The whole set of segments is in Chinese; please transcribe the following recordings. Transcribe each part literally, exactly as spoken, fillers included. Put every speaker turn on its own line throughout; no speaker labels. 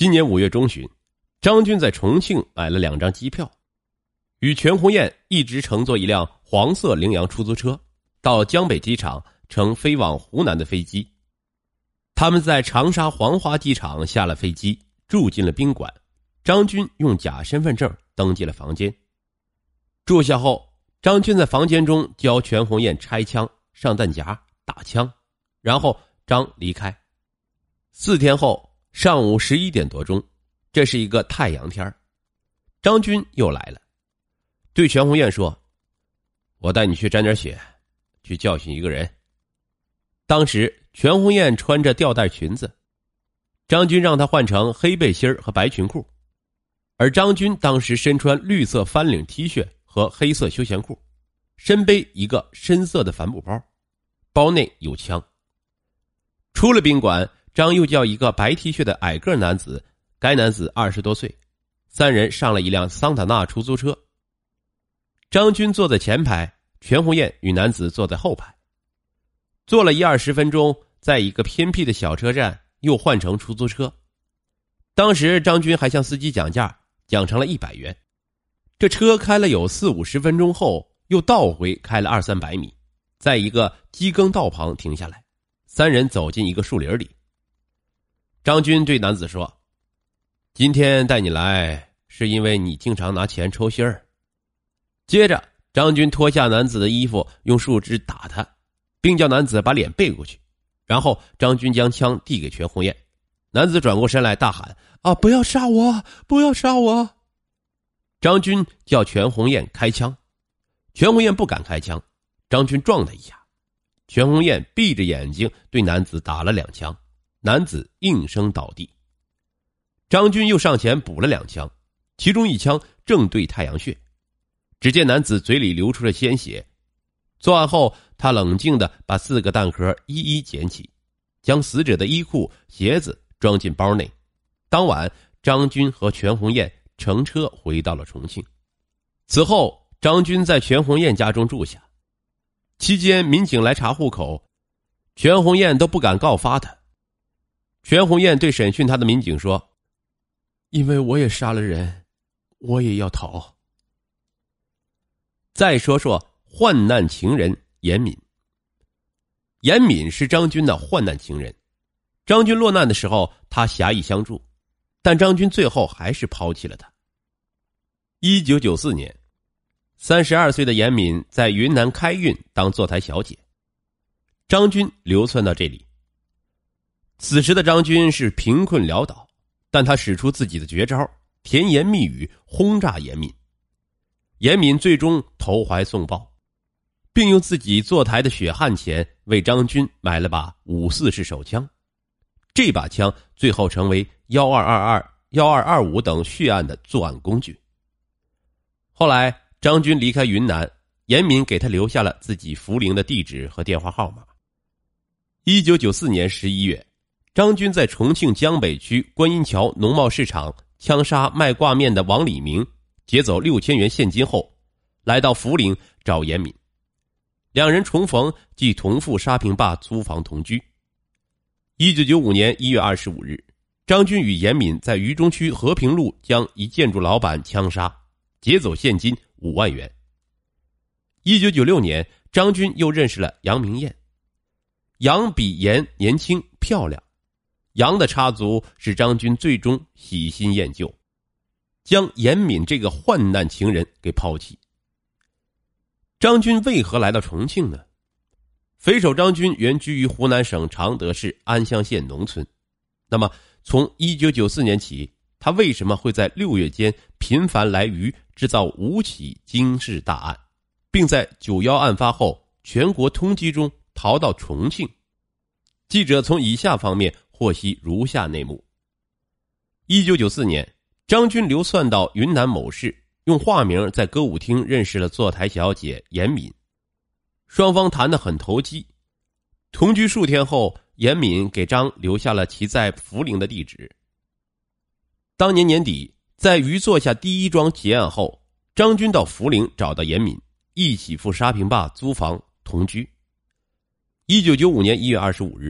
今年五月中旬，张军在重庆买了两张机票，与全红堰一直乘坐一辆黄色羚羊出租车到江北机场乘飞往湖南的飞机。他们在长沙黄花机场下了飞机，住进了宾馆。张军用假身份证登记了房间。住下后，张军在房间中教全红堰拆枪、上弹夹、打枪，然后张离开。四天后，上午十一点多钟，这是一个太阳天，张军又来了，对全红堰说：“我带你去沾点血，去教训一个人。”当时全红堰穿着吊带裙子，张军让她换成黑背心和白裙裤，而张军当时身穿绿色翻领 T 恤和黑色休闲裤，身背一个深色的帆布包，包内有枪。出了宾馆，张又叫一个白 T 恤的矮个男子，该男子二十多岁，三人上了一辆桑塔纳出租车。张军坐在前排，全红堰与男子坐在后排。坐了一二十分钟，在一个偏僻的小车站又换成出租车。当时张军还向司机讲价，讲成了一百元。这车开了有四五十分钟后，又倒回开了二三百米，在一个机耕道旁停下来，三人走进一个树林里。张军对男子说：“今天带你来是因为你经常拿钱抽芯儿。”接着张军脱下男子的衣服，用树枝打他，并叫男子把脸背过去，然后张军将枪递给全红堰。男子转过身来大喊：“啊，不要杀我，不要杀我！”张军叫全红堰开枪，全红堰不敢开枪，张军撞他一下，全红堰闭着眼睛对男子打了两枪，男子应声倒地。张军又上前补了两枪，其中一枪正对太阳穴。只见男子嘴里流出了鲜血。作案后，他冷静地把四个弹壳一一捡起，将死者的衣裤、鞋子装进包内。当晚，张军和全红堰乘车回到了重庆。此后，张军在全红堰家中住下。期间，民警来查户口，全红堰都不敢告发他。全红堰对审讯他的民警说：“因为我也杀了人，我也要逃。”再说说患难情人严敏。严敏是张军的患难情人。张军落难的时候，他侠义相助，但张军最后还是抛弃了他。一九九四年，三十二岁的严敏在云南开运当坐台小姐，张军流窜到这里。此时的张军是贫困潦倒，但他使出自己的绝招，甜言蜜语轰炸严敏。严敏最终投怀送抱，并用自己坐台的血汗钱为张军买了把五四式手枪。这把枪最后成为一二二二、一二二五等血案的作案工具。后来张军离开云南，严敏给他留下了自己涪陵的地址和电话号码。一九九四年十一月，张军在重庆江北区观音桥农贸市场枪杀卖挂面的王礼明，劫走六千元现金后，来到涪陵找严敏。两人重逢，即同赴沙坪坝租房同居。一九九五年一月二十五日，张军与严敏在渝中区和平路将一建筑老板枪杀，劫走现金五万元。一九九六年，张军又认识了杨明艳。杨比严年轻漂亮，杨的插足使张军最终喜新厌旧，将严敏这个患难情人给抛弃。张军为何来到重庆呢？匪首张军原居于湖南省常德市安乡县农村。那么从一九九四年起，他为什么会在六月间频繁来渝制造五起惊世大案，并在九一一案发后全国通缉中逃到重庆？记者从以下方面获悉如下内幕。一九九四年，张军流窜到云南某市，用化名在歌舞厅认识了坐台小姐严敏，双方谈得很投机。同居数天后，严敏给张留下了其在涪陵的地址。当年年底，在渝做下第一桩劫案后，张军到涪陵找到严敏，一起赴沙坪坝租房同居。一九九五年一月二十五日，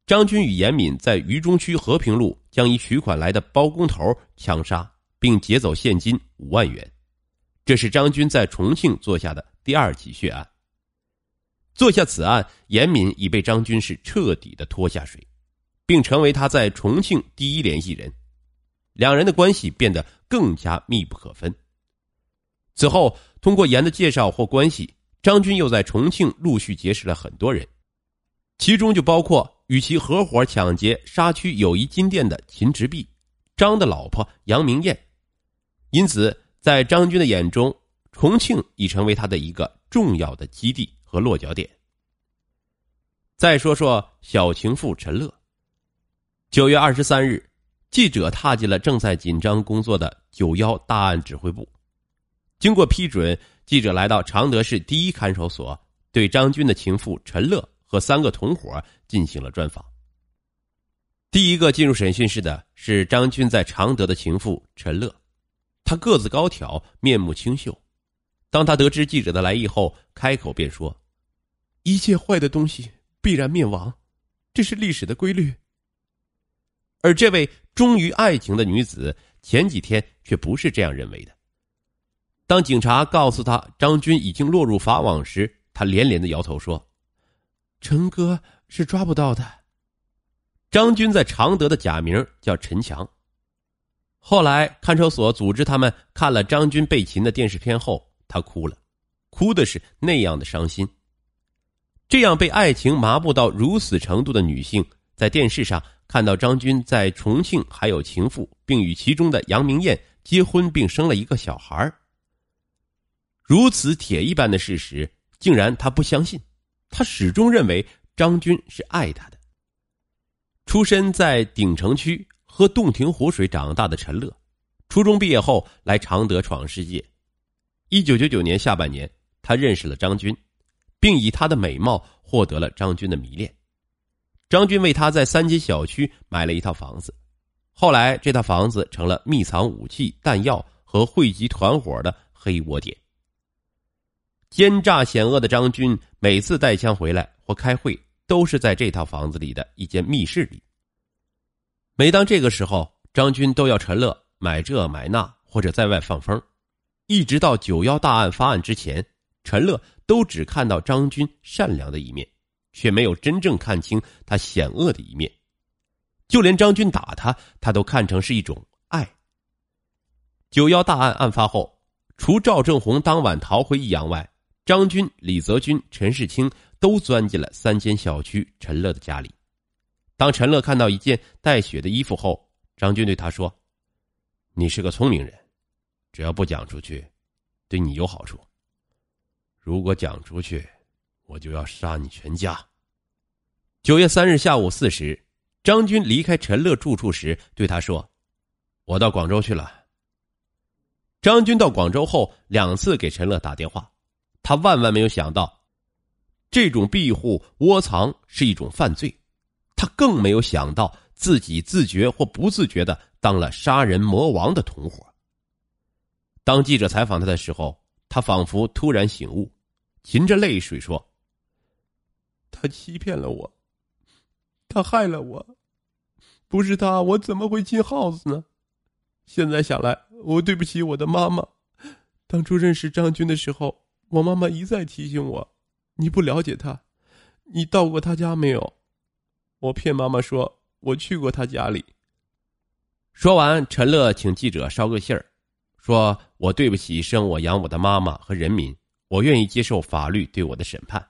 张军与严敏在渝中区和平路将一取款来的包工头枪杀，并劫走现金五万元。这是张军在重庆做下的第二起血案。做下此案，严敏已被张军是彻底的拖下水，并成为他在重庆第一联系人，两人的关系变得更加密不可分。此后，通过严的介绍或关系，张军又在重庆陆续结识了很多人，其中就包括与其合伙抢劫沙区友谊金店的秦直弼、张的老婆杨明艳。因此在张军的眼中，重庆已成为他的一个重要的基地和落脚点。再说说小情妇陈乐。九月二十三日，记者踏进了正在紧张工作的九一大案指挥部。经过批准，记者来到常德市第一看守所，对张军的情妇陈乐和三个同伙进行了专访。第一个进入审讯室的是张军在常德的情妇陈乐，她个子高挑，面目清秀。当她得知记者的来意后，开口便说：“一切坏的东西必然灭亡，这是历史的规律。”而这位忠于爱情的女子，前几天却不是这样认为的。当警察告诉她张军已经落入法网时，她连连的摇头说：“陈哥是抓不到的。”张军在常德的假名叫陈强。后来看守所组织他们看了张军被擒的电视片后，他哭了，哭的是那样的伤心。这样被爱情麻木到如此程度的女性，在电视上看到张军在重庆还有情妇，并与其中的杨明艳结婚并生了一个小孩，如此铁一般的事实，竟然他不相信。他始终认为张军是爱他的。出身在鼎城区喝洞庭湖水长大的陈乐，初中毕业后来常德闯世界。一九九九年下半年，他认识了张军，并以她的美貌获得了张军的迷恋。张军为他在三街小区买了一套房子，后来这套房子成了密藏武器、弹药和汇集团伙的黑窝点。奸诈险恶的张军每次带枪回来或开会，都是在这套房子里的一间密室里。每当这个时候，张军都要陈乐买这买那，或者在外放风。一直到九一大案发案之前，陈乐都只看到张军善良的一面，却没有真正看清他险恶的一面。就连张军打他，他都看成是一种爱。九一大案案发后，除赵正红当晚逃回益阳外，张军、李泽军、陈世清都钻进了三间小区陈乐的家里。当陈乐看到一件带血的衣服后，张军对他说：“你是个聪明人，只要不讲出去，对你有好处。如果讲出去，我就要杀你全家。”九月三日下午四时，张军离开陈乐住处时对他说：“我到广州去了。”张军到广州后两次给陈乐打电话，他万万没有想到，这种庇护窝藏是一种犯罪。他更没有想到自己自觉或不自觉地当了杀人魔王的同伙。当记者采访他的时候，他仿佛突然醒悟，噙着泪水说：“他欺骗了我，他害了我，不是他，我怎么会进耗子呢？现在想来，我对不起我的妈妈。当初认识张军的时候，我妈妈一再提醒我，你不了解他，你到过他家没有？我骗妈妈说我去过他家里。”说完，陈乐请记者捎个信儿，说：“我对不起生我养我的妈妈和人民，我愿意接受法律对我的审判。”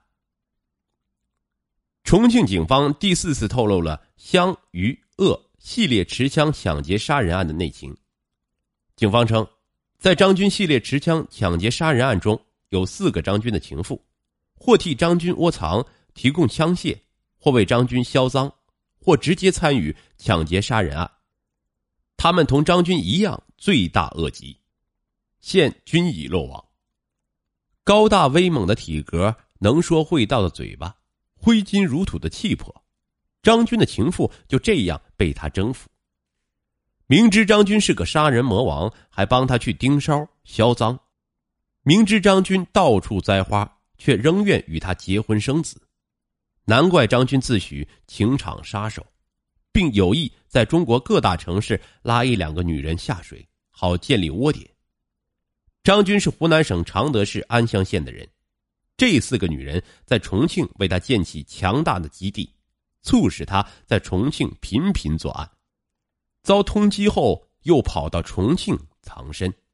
重庆警方第四次透露了湘渝鄂系列持枪抢劫杀人案的内情。警方称，在张军系列持枪抢劫杀人案中，有四个张军的情妇，或替张军窝藏、提供枪械，或为张军销赃，或直接参与抢劫杀人案。他们同张军一样罪大恶极，现均已落网。高大威猛的体格，能说会道的嘴巴，挥金如土的气魄，张军的情妇就这样被他征服。明知张军是个杀人魔王，还帮他去盯梢销赃；明知张军到处栽花，却仍愿与他结婚生子； 难怪张军自诩情场杀手，并有意在中国各大城市拉一两个女人下水，好建立窝点。张军是湖南省常德市安乡县的人，这四个女人在重庆为他建起强大的基地，促使他在重庆频频作案，遭通缉后又跑到重庆藏身。